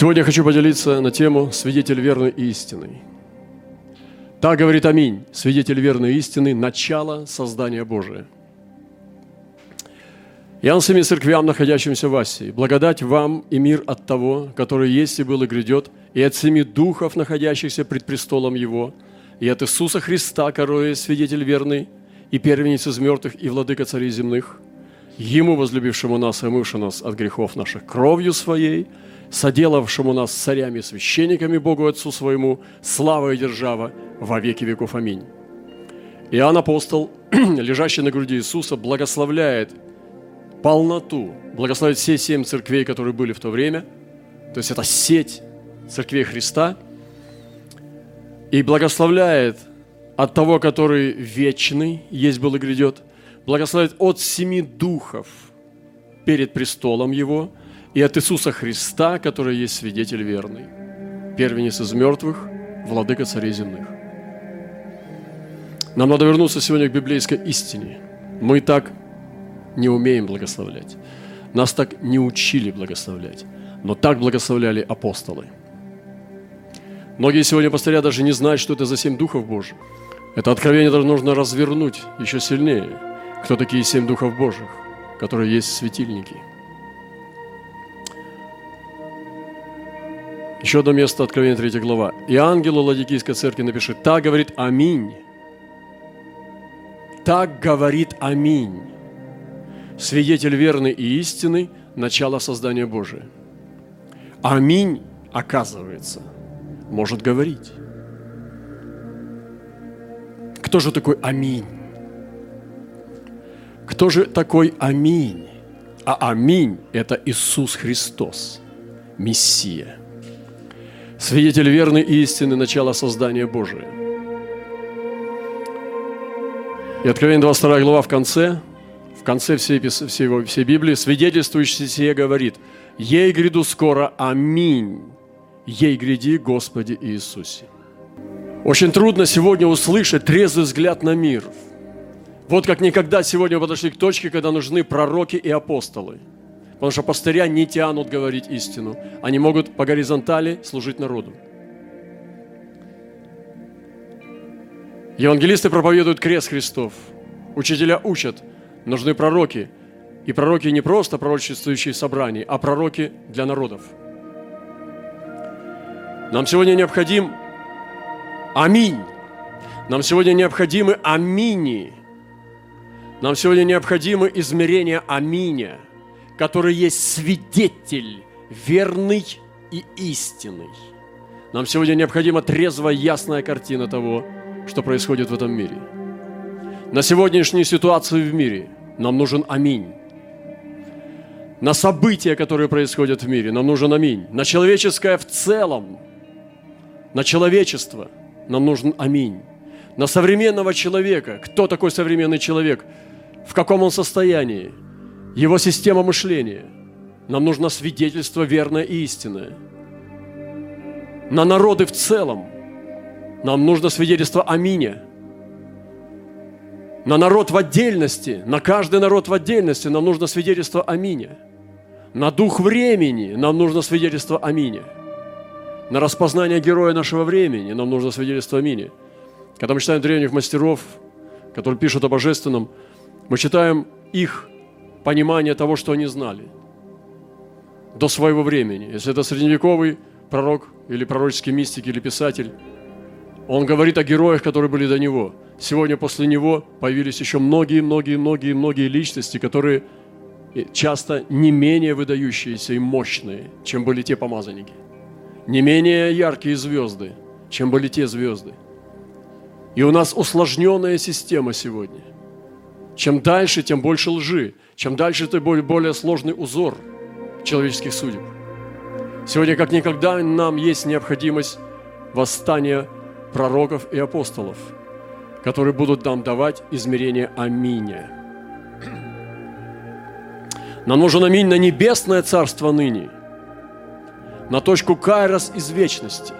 Сегодня я хочу поделиться на тему «Свидетель верный и истинный». Так говорит Аминь, свидетель верный и истинный, начало создания Божия. Иоанн всеми церквям, находящимся в Асии, благодать вам и мир от того, который есть и был и грядет, и от семи духов, находящихся пред престолом Его, и от Иисуса Христа, который есть свидетель верный, и первенец из мертвых, и владыка царей земных, Ему, возлюбившему нас и омывшему нас от грехов наших кровью Своей, соделавшему нас царями и священниками Богу Отцу Своему, слава и держава во веки веков. Аминь. Иоанн Апостол, лежащий на груди Иисуса, благословляет полноту, благословляет все 7 церквей, которые были в то время, то есть это сеть церквей Христа, и благословляет от того, который вечный, есть, был и грядет, благословляет от 7 духов перед престолом Его, и от Иисуса Христа, который есть свидетель верный, первенец из мертвых, владыка царей земных. Нам надо вернуться сегодня к библейской истине. Мы так не умеем благословлять. Нас так не учили благословлять. Но так благословляли апостолы. Многие сегодня пастыря даже не знают, что это за 7 духов Божьих. Это откровение даже нужно развернуть еще сильнее. Кто такие 7 духов Божьих, которые есть светильники? Еще одно место, Откровение 3 глава. «И ангелу Ладикийской церкви напиши, так говорит Аминь». Так говорит Аминь. Свидетель верный и истинный, начало создания Божия. Аминь, оказывается, может говорить. Кто же такой Аминь? Кто же такой Аминь? А Аминь – это Иисус Христос, Мессия. Свидетель верный и истинный, начало создания Божия. И Откровение 22 глава в конце всей Библии, свидетельствующий сие говорит, «Ей гряду скоро, аминь, ей гряди, Господи Иисусе». Очень трудно сегодня услышать трезвый взгляд на мир. Вот как никогда сегодня подошли к точке, когда нужны пророки и апостолы. Потому что пастыря не тянут говорить истину. Они могут по горизонтали служить народу. Евангелисты проповедуют крест Христов. Учителя учат. Нужны пророки. И пророки не просто пророчествующие в собрании, а пророки для народов. Нам сегодня необходим аминь. Нам сегодня необходимы амини. Нам сегодня необходимы измерения аминя, который есть свидетель верный и истинный. Нам сегодня необходима трезвая, ясная картина того, что происходит в этом мире. На сегодняшнюю ситуацию в мире нам нужен аминь. На события, которые происходят в мире, нам нужен аминь. На человеческое в целом, на человечество нам нужен аминь. На современного человека, кто такой современный человек, в каком он состоянии, его система мышления, нам нужно свидетельство верное и истинное. На народы в целом нам нужно свидетельство аминя. На народ в отдельности, на каждый народ в отдельности нам нужно свидетельство аминя. На дух времени нам нужно свидетельство аминя. На распознание героя нашего времени нам нужно свидетельство аминя. Когда мы читаем древних мастеров, которые пишут о божественном, мы читаем их понимание того, что они знали до своего времени. Если это средневековый пророк или пророческий мистик или писатель, он говорит о героях, которые были до него. Сегодня после него появились еще многие личности, которые часто не менее выдающиеся и мощные, чем были те помазанники. Не менее яркие звезды, чем были те звезды. И у нас усложненная система сегодня. Чем дальше, тем больше лжи. Чем дальше, тем более сложный узор человеческих судеб. Сегодня, как никогда, нам есть необходимость восстания пророков и апостолов, которые будут нам давать измерение аминя. Нам нужен аминь на небесное царство ныне, на точку кайрос из вечности.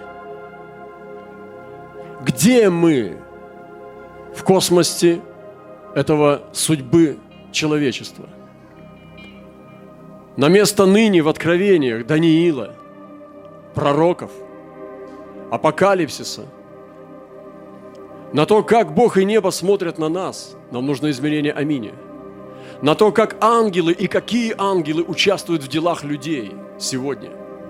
Где мы в космосе этого судьбы человечества? На место ныне в откровениях Даниила пророков, апокалипсиса, на то, как Бог и небо смотрят на нас, нам нужно измерение аминя. На то, как ангелы и какие ангелы участвуют в делах людей сегодня.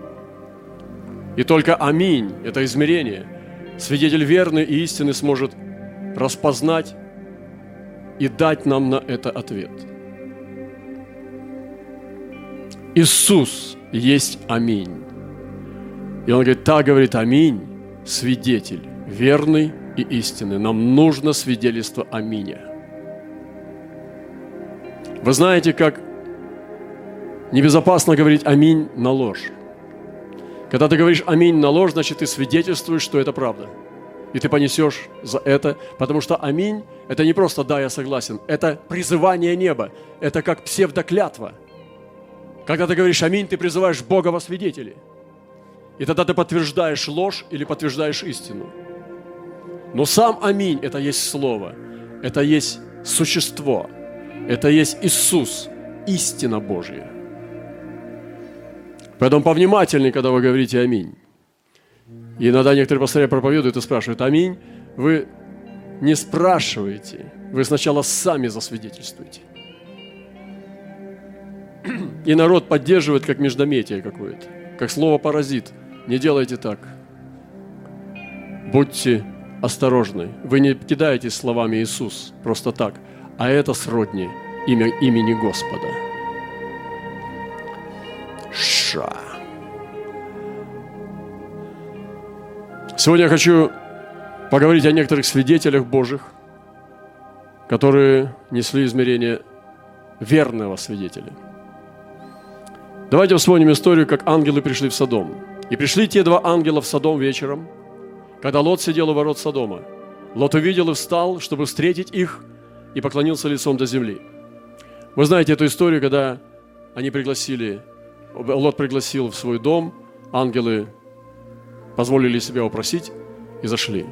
И только аминь, это измерение, свидетель верный и истинный сможет распознать и дать нам на это ответ. Иисус есть аминь. И Он говорит, так говорит аминь, свидетель, верный и истинный. Нам нужно свидетельство аминя. Вы знаете, как небезопасно говорить аминь на ложь. Когда ты говоришь аминь на ложь, значит, ты свидетельствуешь, что это правда. И ты понесешь за это, потому что аминь – это не просто «да, я согласен», это призывание неба, это как псевдоклятва. Когда ты говоришь аминь, ты призываешь Бога во свидетели. И тогда ты подтверждаешь ложь или подтверждаешь истину. Но сам аминь – это есть Слово, это есть существо, это есть Иисус, истина Божья. Поэтому повнимательнее, когда вы говорите аминь. И иногда некоторые пастыря проповедуют и спрашивают аминь. Вы не спрашиваете, вы сначала сами засвидетельствуете. И народ поддерживает как междометие какое-то, как слово паразит. Не делайте так. Будьте осторожны. Вы не кидаетесь словами Иисус просто так, а это сродни имени Господа. Сегодня я хочу поговорить о некоторых свидетелях Божьих, которые несли измерение верного свидетеля. Давайте вспомним историю, как ангелы пришли в Содом. И пришли те два ангела в Содом вечером, когда Лот сидел у ворот Содома. Лот увидел и встал, чтобы встретить их, и поклонился лицом до земли. Вы знаете эту историю, когда Лот пригласил в свой дом, ангелы позволили себя упросить и зашли.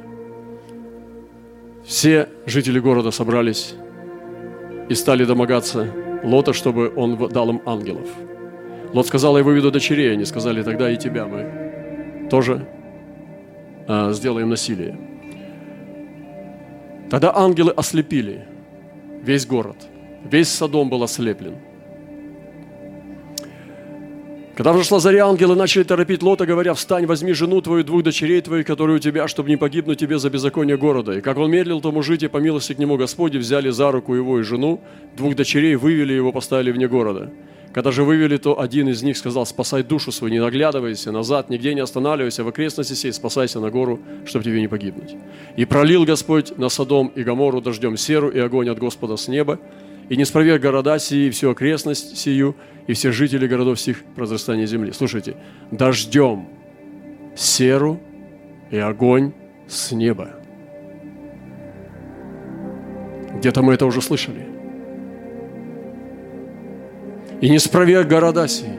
Все жители города собрались и стали домогаться Лота, чтобы он дал им ангелов. Лот сказал, я выведу дочерей. Они сказали, тогда и тебя мы тоже сделаем насилие. Тогда ангелы ослепили весь город. Весь Содом был ослеплен. Когда взошла заря, ангелы начали торопить Лота, говоря, встань, возьми жену твою, двух дочерей твоих, которые у тебя, чтобы не погибнуть тебе за беззаконие города. И как он медлил, тому жить, и по милости к нему Господи, взяли за руку его и жену, двух дочерей, вывели его, поставили вне города. Когда же вывели, то один из них сказал, спасай душу свою, не наглядывайся назад, нигде не останавливайся, в окрестности сей, спасайся на гору, чтобы тебе не погибнуть. И пролил Господь на Содом и Гоморру дождем серу и огонь от Господа с неба, и не спроверг города сии, и всю окрестность сию, и все жители городов сих произрастания земли. Слушайте, дождем серу и огонь с неба. Где-то мы это уже слышали. И не спроверг города сии,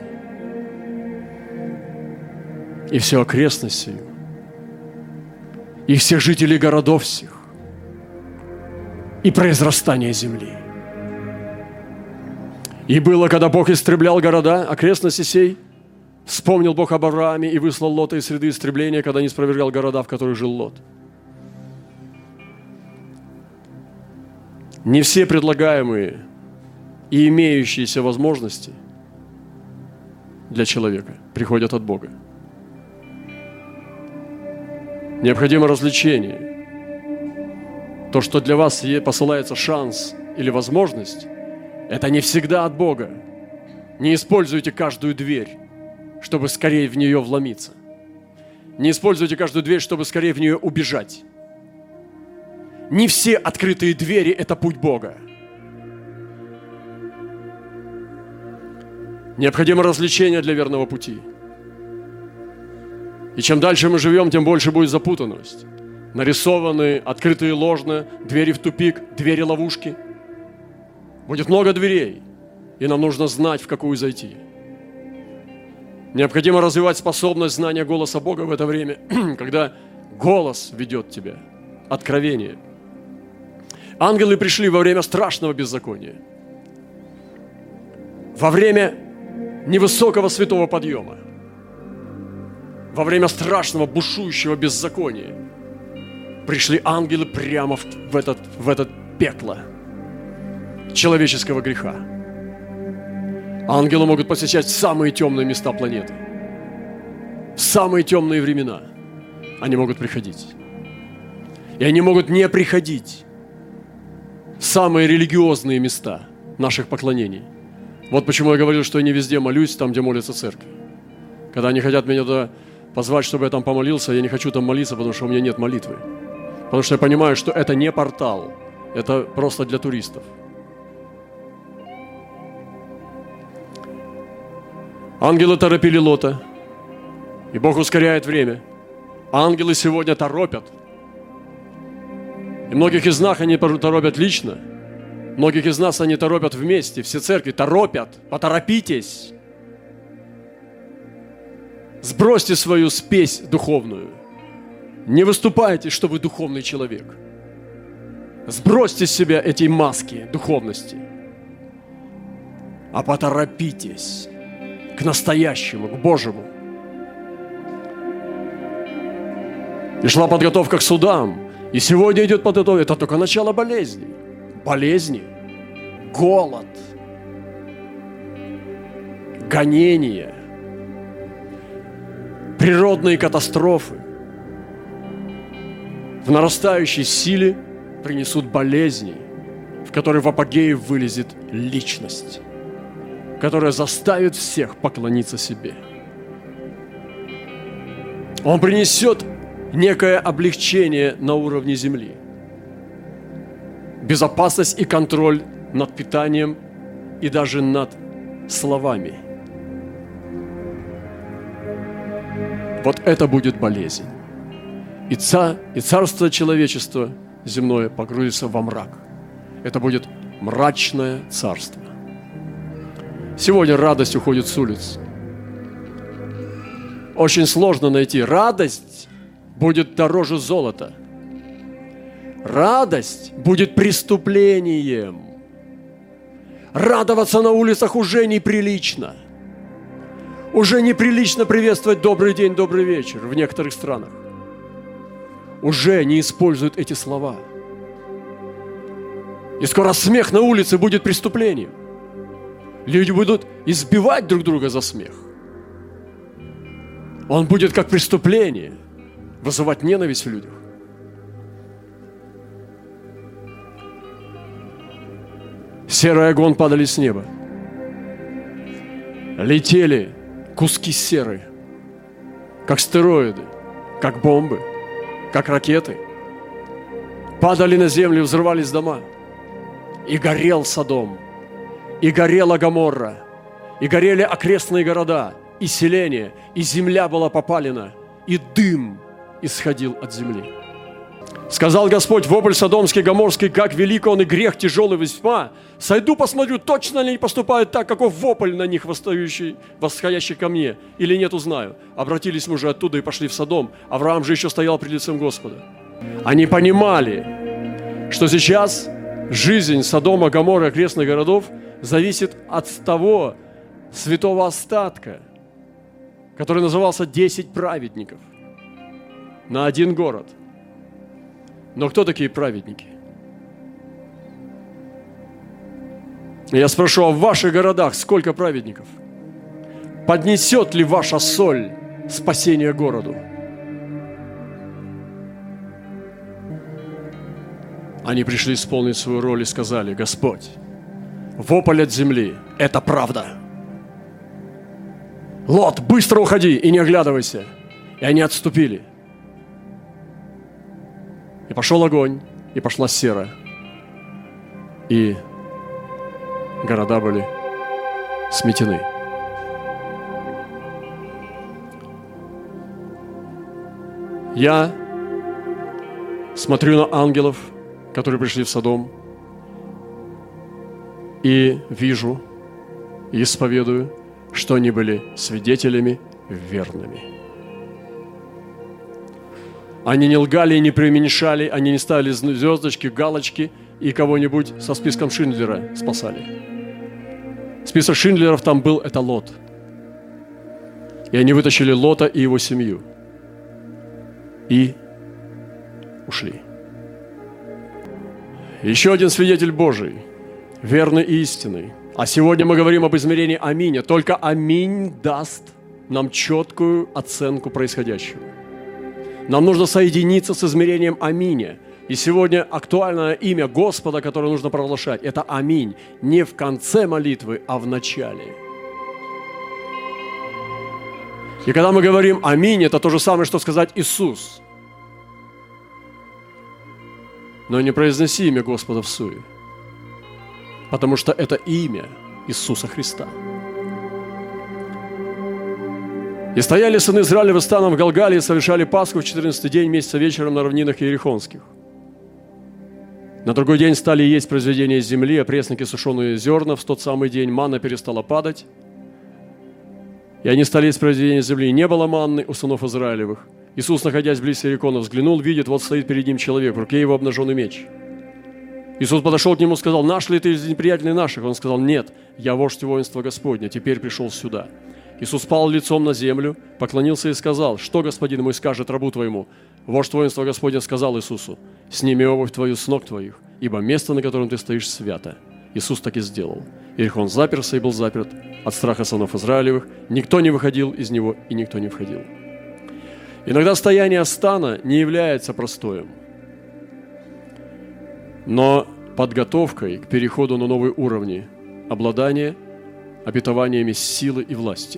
и всю окрестность сию, и всех жителей городов сих, и произрастание земли. И было, когда Бог истреблял города, окрестности сей, вспомнил Бог об Аврааме и выслал Лота из среды истребления, когда не спровергал города, в которых жил Лот. Не все предлагаемые и имеющиеся возможности для человека приходят от Бога. Необходимо развлечение. То, что для вас посылается шанс или возможность, это не всегда от Бога. Не используйте каждую дверь, чтобы скорее в нее вломиться. Не используйте каждую дверь, чтобы скорее в нее убежать. Не все открытые двери – это путь Бога. Необходимо развлечение для верного пути. И чем дальше мы живем, тем больше будет запутанность. Нарисованы, открытые ложно, двери в тупик, двери ловушки. Будет много дверей, и нам нужно знать, в какую зайти. Необходимо развивать способность знания голоса Бога в это время, когда голос ведет тебя, откровение. Ангелы пришли во время страшного беззакония, во время невысокого святого подъема. во время страшного бушующего беззакония пришли ангелы прямо в этот пекло человеческого греха. Ангелы могут посещать самые темные места планеты. В самые темные времена они могут приходить. И они могут не приходить в самые религиозные места наших поклонений. Вот почему я говорил, что я не везде молюсь, там, где молится церковь. Когда они хотят меня туда позвать, чтобы я там помолился, я не хочу там молиться, потому что у меня нет молитвы. Потому что я понимаю, что это не портал, это просто для туристов. Ангелы торопили Лота, и Бог ускоряет время. Ангелы сегодня торопят. И многих из нас они торопят лично, многих из нас они торопят вместе, все церкви торопят. Поторопитесь. Сбросьте свою спесь духовную. Не выступайте, что вы духовный человек. Сбросьте с себя эти маски духовности. А поторопитесь к настоящему, к Божьему. И шла подготовка к судам. И сегодня идет подготовка. Это только начало болезней. Болезни, голод, гонения, природные катастрофы в нарастающей силе принесут болезни, в которой в апогее вылезет личность, которая заставит всех поклониться себе. Он принесет некое облегчение на уровне земли, безопасность и контроль над питанием и даже над словами. Вот это будет болезнь. И царство человечества земное погрузится во мрак. Это будет мрачное царство. Сегодня радость уходит с улиц. Очень сложно найти. Радость будет дороже золота. Радость будет преступлением. Радоваться на улицах уже неприлично. Уже неприлично приветствовать добрый день, добрый вечер в некоторых странах. Уже не используют эти слова. И скоро смех на улице будет преступлением. Люди будут избивать друг друга за смех. Он будет как преступление, вызывать ненависть в людях. Серый огонь падали с неба. Летели куски серы, как стероиды, как бомбы, как ракеты. Падали на землю, взрывались дома. И горел Содом, и горела Гоморра, и горели окрестные города, и селения, и земля была попалена, и дым исходил от земли. Сказал Господь: вопль содомский, гоморский, как велик он и грех тяжелый весьма. Сойду, посмотрю, точно ли они поступают так, каков вопль на них восходящий ко мне, или нет, узнаю. Обратились мы же оттуда и пошли в Содом. Авраам же еще стоял пред лицем Господа. Они понимали, что сейчас жизнь Содома, Гоморры, окрестных городов зависит от того святого остатка, который назывался 10 праведников на один город. Но кто такие праведники? Я спрошу, а в ваших городах сколько праведников? Поднесет ли ваша соль спасение городу? Они пришли исполнить свою роль и сказали: Господь, вопль от земли – это правда. Лот, быстро уходи и не оглядывайся. И они отступили. И пошел огонь, и пошла сера. И города были сметены. Я смотрю на ангелов, которые пришли в Содом, и вижу, и исповедую, что они были свидетелями верными. Они не лгали и не преуменьшали, они не ставили звездочки, галочки и кого-нибудь со списком Шиндлера спасали. Список Шиндлеров там был, это Лот. И они вытащили Лота и его семью. И ушли. Еще один свидетель Божий, верный и истинный. А сегодня мы говорим об измерении аминя. Только аминь даст нам четкую оценку происходящего. Нам нужно соединиться с измерением аминя. И сегодня актуальное имя Господа, которое нужно провозглашать, это аминь. Не в конце молитвы, а в начале. И когда мы говорим аминь, это то же самое, что сказать Иисус. Но не произноси имя Господа всуе, потому что это имя Иисуса Христа. И стояли сыны Израилевы станом в Галгале и совершали Пасху в 14-й день месяца вечером на равнинах Иерихонских. На другой день стали есть произведения земли, опресники, сушеные зерна. В тот самый день манна перестала падать. И они стали есть произведения земли. И не было манны у сынов Израилевых. Иисус, находясь близ Иерихона, взглянул, видит, вот стоит перед ним человек, в руке его обнаженный меч. Иисус подошел к нему и сказал: «Наш ли ты из неприятелей наших?» Он сказал: «Нет, я вождь воинства Господня, теперь пришел сюда». Иисус пал лицом на землю, поклонился и сказал: «Что господин мой скажет рабу твоему?» Вождь воинства Господня сказал Иисусу: «Сними обувь твою с ног твоих, ибо место, на котором ты стоишь, свято». Иисус так и сделал. Иерихон заперся и был заперт от страха сынов Израилевых. Никто не выходил из него, и никто не входил. Иногда стояние стана не является простоем, но подготовкой к переходу на новые уровни обладания обетованиями силы и власти.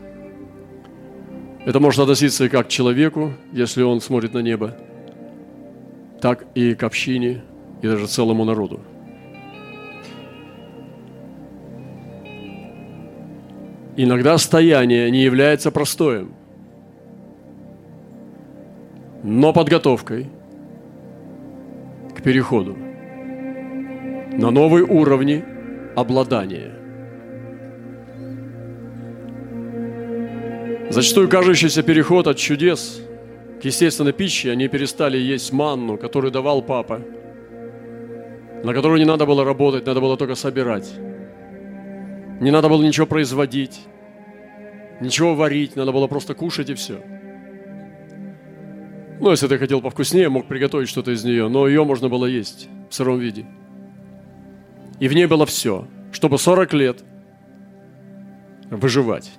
Это может относиться и как к человеку, если он смотрит на небо, так и к общине, и даже целому народу. Иногда стояние не является простоем, но подготовкой к переходу на новые уровни обладания. Зачастую кажущийся переход от чудес к естественной пище, они перестали есть манну, которую давал папа, на которую не надо было работать, надо было только собирать. Не надо было ничего производить, ничего варить, надо было просто кушать и все. Ну, если ты хотел повкуснее, мог приготовить что-то из нее, но ее можно было есть в сыром виде. И в ней было все, чтобы 40 лет выживать.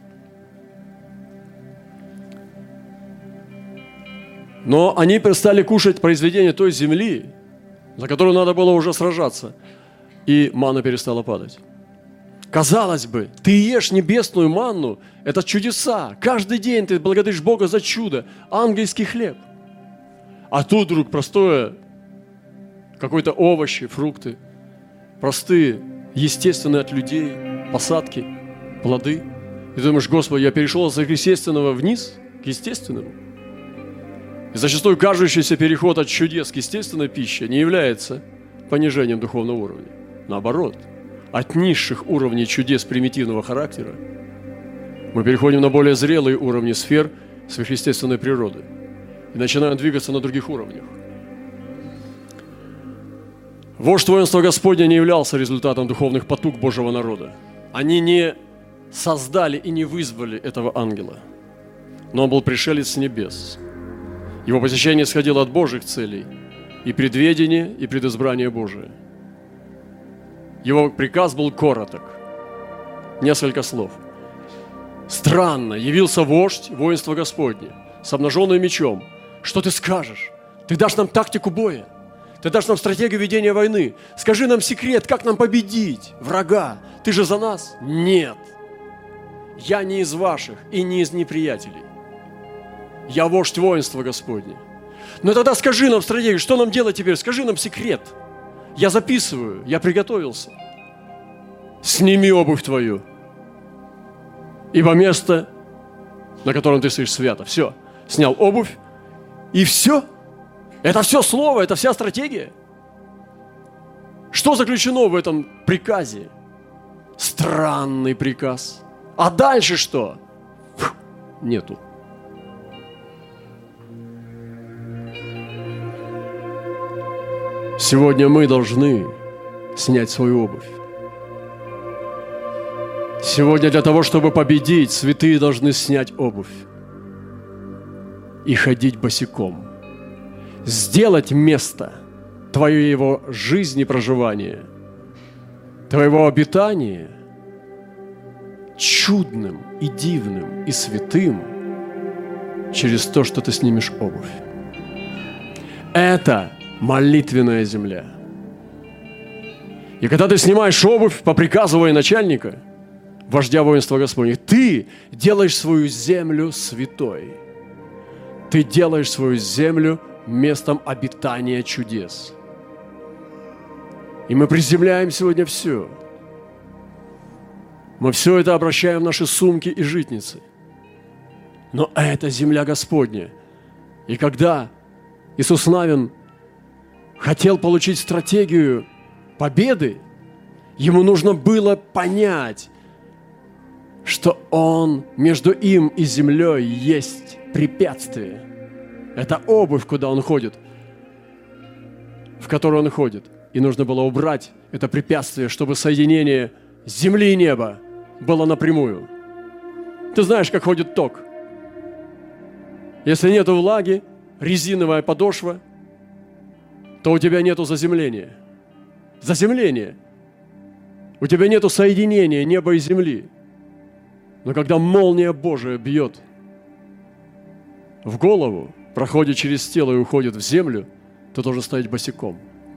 Но они перестали кушать произведения той земли, за которую надо было уже сражаться, и манна перестала падать. Казалось бы, ты ешь небесную манну, это чудеса. Каждый день ты благодаришь Бога за чудо, ангельский хлеб. А тут вдруг простое, какие-то овощи, фрукты, простые, естественные от людей, посадки, плоды. И ты думаешь: Господи, я перешел от естественного вниз к естественному. И зачастую кажущийся переход от чудес к естественной пище не является понижением духовного уровня. Наоборот, от низших уровней чудес примитивного характера мы переходим на более зрелые уровни сфер сверхъестественной природы и начинаем двигаться на других уровнях. Вождь воинства Господня не являлся результатом духовных потуг Божьего народа. Они не создали и не вызвали этого ангела, но он был пришелец с небес. Его посещение исходило от Божьих целей и предведения, и предизбрания Божие. Его приказ был короток. Несколько слов. Странно, явился вождь воинства Господня с обнаженным мечом. Что ты скажешь? Ты дашь нам тактику боя? Ты дашь нам стратегию ведения войны? Скажи нам секрет, как нам победить врага? Ты же за нас? Нет. Я не из ваших и не из неприятелей. Я вождь воинства Господня. Но тогда скажи нам стратегию, что нам делать теперь? Скажи нам секрет. Я записываю, я приготовился. Сними обувь твою, ибо место, на котором ты стоишь, свято. Все. Снял обувь, и все. Это все слово, это вся стратегия. Что заключено в этом приказе? Странный приказ. А дальше что? Нету. Сегодня мы должны снять свою обувь. Сегодня для того, чтобы победить, святые должны снять обувь и ходить босиком. Сделать место твоего жизни проживания, твоего обитания чудным и дивным и святым через то, что ты снимешь обувь. Это молитвенная земля. И когда ты снимаешь обувь по приказу военачальника, вождя воинства Господних, ты делаешь свою землю святой. Ты делаешь свою землю местом обитания чудес. И мы приземляем сегодня все. Мы все это обращаем в наши сумки и житницы. Но это земля Господня. И когда Иисус Навин хотел получить стратегию победы, ему нужно было понять, что между им и землей есть препятствие. Это обувь, куда он ходит, в которую он ходит. И нужно было убрать это препятствие, чтобы соединение земли и неба было напрямую. Ты знаешь, как ходит ток. Если нету влаги, резиновая подошва, то у тебя нету заземления. Заземление. У тебя нету соединения неба и земли. Но когда молния Божия бьет в голову, проходит через тело и уходит в землю, ты должен стоять босиком.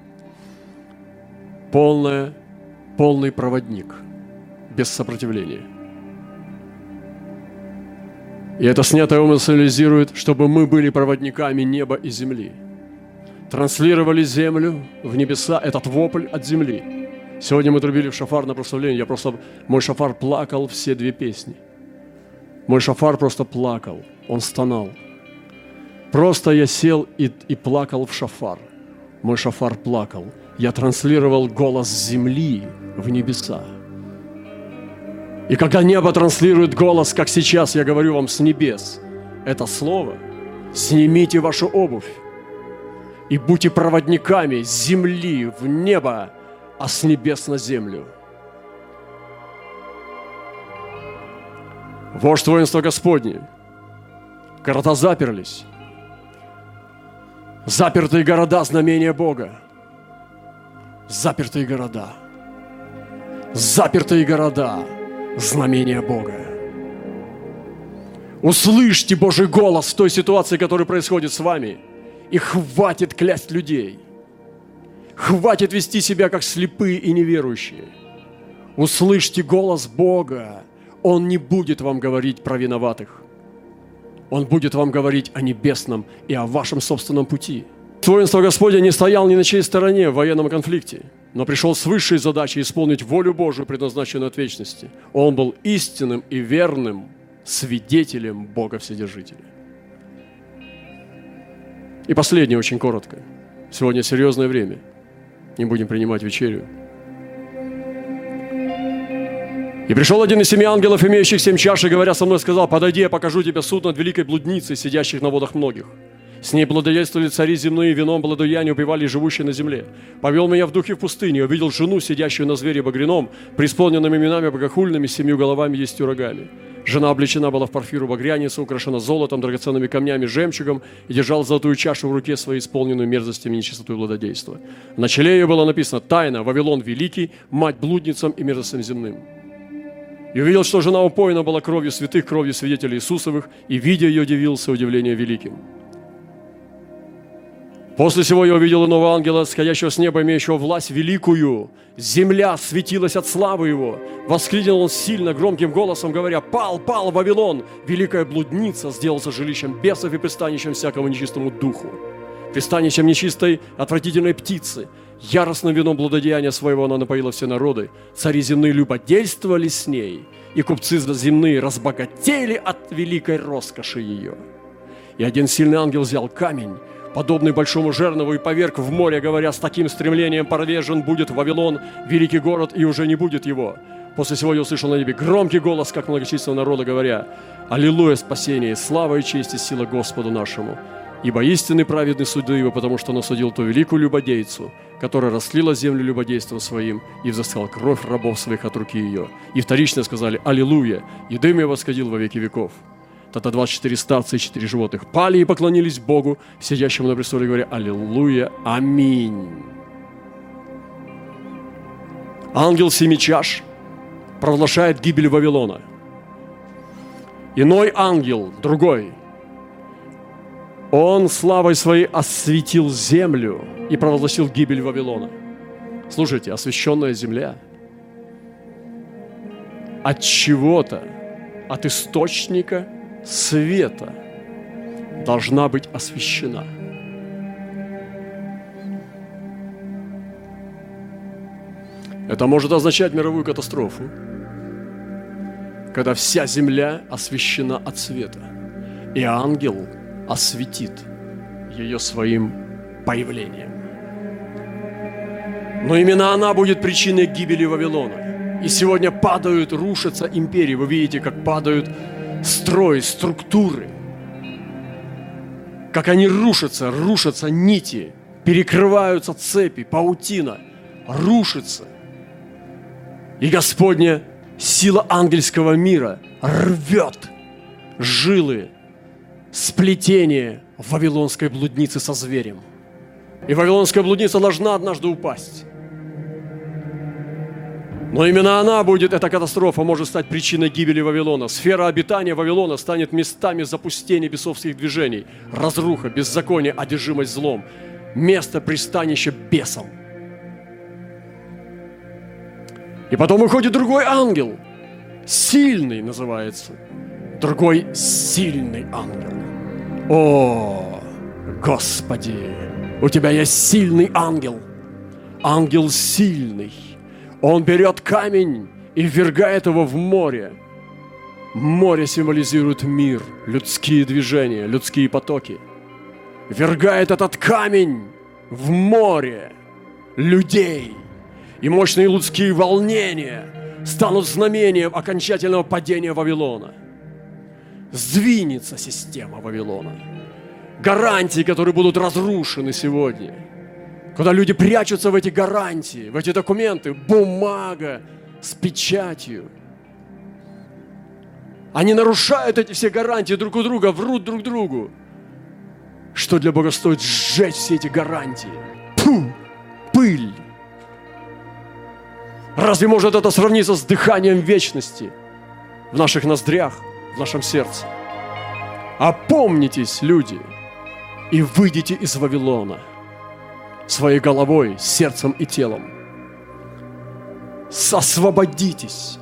Полный проводник, без сопротивления. И это снятое ум символизирует, чтобы мы были проводниками неба и земли. Транслировали землю в небеса, этот вопль от земли. Сегодня мы трубили в шафар на прославление. Мой шафар плакал все 2 песни. Мой шафар просто плакал, он стонал. Просто я сел и плакал в шафар. Мой шафар плакал. Я транслировал голос земли в небеса. И когда небо транслирует голос, как сейчас я говорю вам с небес, это слово, снимите вашу обувь и будьте проводниками с земли в небо, а с небес на землю. Вождь воинства Господне. Города заперлись. Запертые города – знамение Бога. Запертые города. Запертые города – знамение Бога. Услышьте Божий голос в той ситуации, которая происходит с вами, и хватит клясть людей. Хватит вести себя, как слепые и неверующие. Услышьте голос Бога. Он не будет вам говорить про виноватых. Он будет вам говорить о небесном и о вашем собственном пути. Воинство Господне не стоял ни на чьей стороне в военном конфликте, но пришел с высшей задачей исполнить волю Божию, предназначенную от вечности. Он был истинным и верным свидетелем Бога Вседержителя. И последнее, очень коротко. Сегодня серьезное время. Не будем принимать вечерю. И пришел один из 7 ангелов, имеющих 7 чаш, и, говоря со мной, сказал: «Подойди, я покажу тебе суд над великой блудницей, сидящих на водах многих. С ней блудодействовали цари земные, вином блудодеяния упивали живущие на земле. Повел меня в духе в пустыню, увидел жену, сидящую на звере багряном, преисполненными именами богохульными, 7 головами и 10 рогами. Жена облечена была в парфиру багряницу, украшена золотом, драгоценными камнями, жемчугом, и держала золотую чашу в руке своей, исполненную мерзостями, нечистотой и блудодейства. На челе ее было написано: «Тайна, Вавилон великий, мать блудницам и мерзостям земным». И увидел, что жена упоена была кровью святых, кровью свидетелей Иисусовых, и, видя ее, удивился удивлением великим. После сего я увидел иного ангела, сходящего с неба, имеющего власть великую. Земля светилась от славы его. Воскликнул он сильно, громким голосом, говоря: «Пал, пал Вавилон! Великая блудница сделался жилищем бесов и пристанищем всякому нечистому духу, пристанищем нечистой, отвратительной птицы. Яростным вином блудодеяния своего она напоила все народы. Цари земные любодействовали с ней, и купцы земные разбогатели от великой роскоши ее. И один сильный ангел взял камень, подобный большому жернову, и поверг в море, говоря: с таким стремлением повержен будет Вавилон, великий город, и уже не будет его. После сего я услышал на небе громкий голос, как многочисленного народа, говоря: аллилуйя, спасение, слава и честь и сила Господу нашему, Ибо истинный праведный судил его, потому что он осудил ту великую любодейцу, которая растлила землю любодейством своим и взыскал кровь рабов своих от руки ее. И вторично сказали: «Аллилуйя!» И дым его восходил во веки веков. Тогда 24 старца и 4 животных пали и поклонились Богу, сидящему на престоле, говоря: «Аллилуйя! Аминь!» Ангел семи чаш провозглашает гибель Вавилона. Иной ангел, другой, он славой своей осветил землю и провозгласил гибель Вавилона. Слушайте, освященная земля от чего-то, от источника света должна быть освящена. Это может означать мировую катастрофу, когда вся земля освящена от света, и ангел осветит ее своим появлением. Но именно она будет причиной гибели Вавилона. И сегодня падают, рушатся империи. Вы видите, как падают строи, структуры. Как они рушатся нити, перекрываются цепи, паутина, рушится. И Господня сила ангельского мира рвет жилы, сплетение вавилонской блудницы со зверем. И вавилонская блудница должна однажды упасть. Но именно она будет, эта катастрофа может стать причиной гибели Вавилона. Сфера обитания Вавилона станет местами запустения бесовских движений, разруха, беззаконие, одержимость злом, место пристанища бесам. И потом выходит другой ангел, сильный называется, другой сильный ангел. О, Господи, у Тебя есть сильный ангел, ангел сильный. Он берет камень и ввергает его в море. Море символизирует мир, людские движения, людские потоки. Ввергает этот камень в море людей. И мощные людские волнения станут знамением окончательного падения Вавилона. Сдвинется система Вавилона. Гарантии, которые будут разрушены сегодня. Когда люди прячутся в эти гарантии, в эти документы, бумага с печатью. Они нарушают эти все гарантии друг у друга, врут друг другу. Что для Бога стоит сжечь все эти гарантии? Фу, пыль. Разве может это сравниться с дыханием вечности в наших ноздрях, в нашем сердце? Опомнитесь, люди, и выйдите из Вавилона своей головой, сердцем и телом. Освободитесь.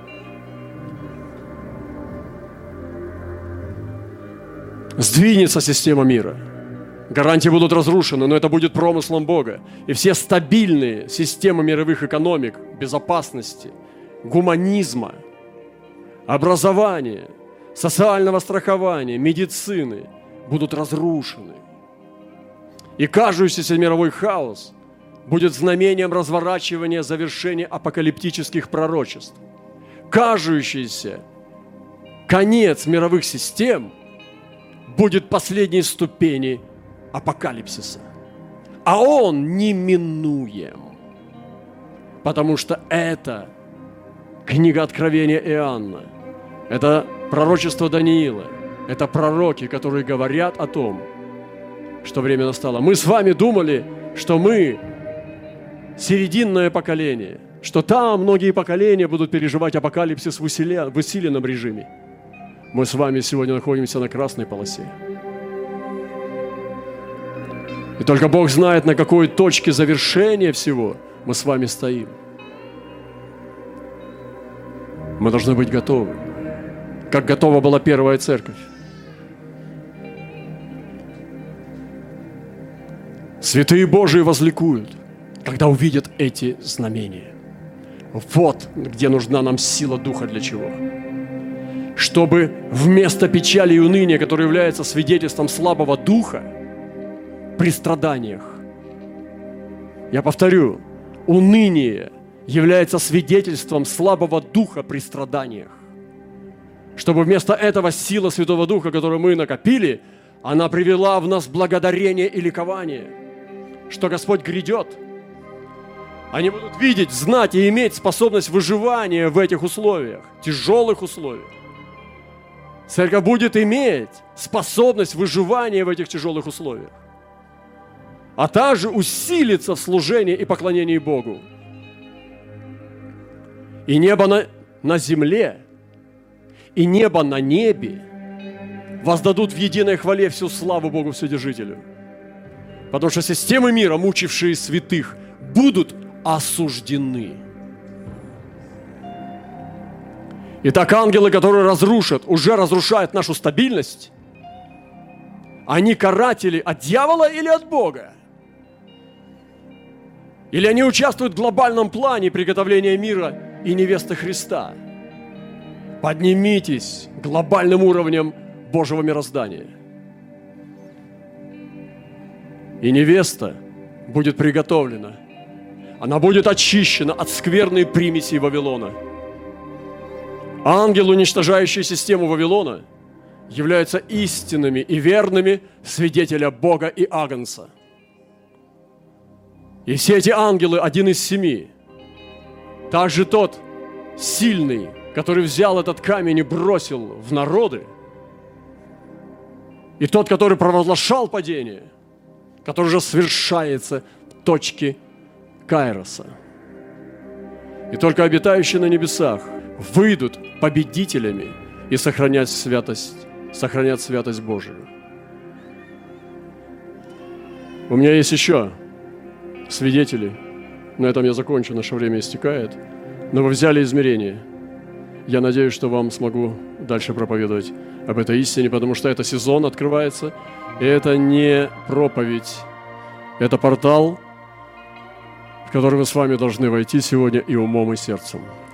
Сдвинется система мира. Гарантии будут разрушены, но это будет промыслом Бога. И все стабильные системы мировых экономик, безопасности, гуманизма, образования, социального страхования, медицины будут разрушены. И кажущийся мировой хаос будет знамением разворачивания завершения апокалиптических пророчеств. Кажущийся конец мировых систем будет последней ступени апокалипсиса. А он неминуем. Потому что это книга Откровения Иоанна. Это пророчество Даниила. Это пророки, которые говорят о том, что время настало. Мы с вами думали, что мы серединное поколение, что там многие поколения будут переживать апокалипсис в усиленном режиме. Мы с вами сегодня находимся на красной полосе. И только Бог знает, на какой точке завершения всего мы с вами стоим. Мы должны быть готовы, как готова была первая церковь. Святые Божии возликуют, когда увидят эти знамения. Вот где нужна нам сила Духа для чего. Чтобы вместо печали и уныния, которое является свидетельством слабого духа, при страданиях. Я повторю, уныние является свидетельством слабого духа при страданиях. Чтобы вместо этого сила Святого Духа, которую мы накопили, Она привела в нас благодарение и ликование, что Господь грядет. Они будут видеть, знать и иметь способность выживания в этих условиях, тяжелых условиях. Церковь будет иметь способность выживания в этих тяжелых условиях, а также усилиться в служении и поклонении Богу. И небо на земле, и небо на небе воздадут в единой хвале всю славу Богу Вседержителю. Потому что системы мира, мучившие святых, будут осуждены. Итак, ангелы, которые разрушат, уже разрушают нашу стабильность, они каратели от дьявола или от Бога? Или они участвуют в глобальном плане приготовления мира и невесты Христа? Поднимитесь глобальным уровнем Божьего мироздания. И невеста будет приготовлена. Она будет очищена от скверной примеси Вавилона. Ангелы, уничтожающие систему Вавилона, являются истинными и верными свидетеля Бога и Агнца. И все эти ангелы, 1 из 7, также тот сильный, который взял этот камень и бросил в народы, и тот, который провозглашал падение, который же совершается в точке Кайроса. И только обитающие на небесах выйдут победителями и сохранят святость Божию. У меня есть еще свидетели. На этом я закончу, наше время истекает. Но вы взяли измерение. Я надеюсь, что вам смогу дальше проповедовать об этой истине, потому что это сезон открывается, и это не проповедь, это портал, в который мы с вами должны войти сегодня и умом, и сердцем.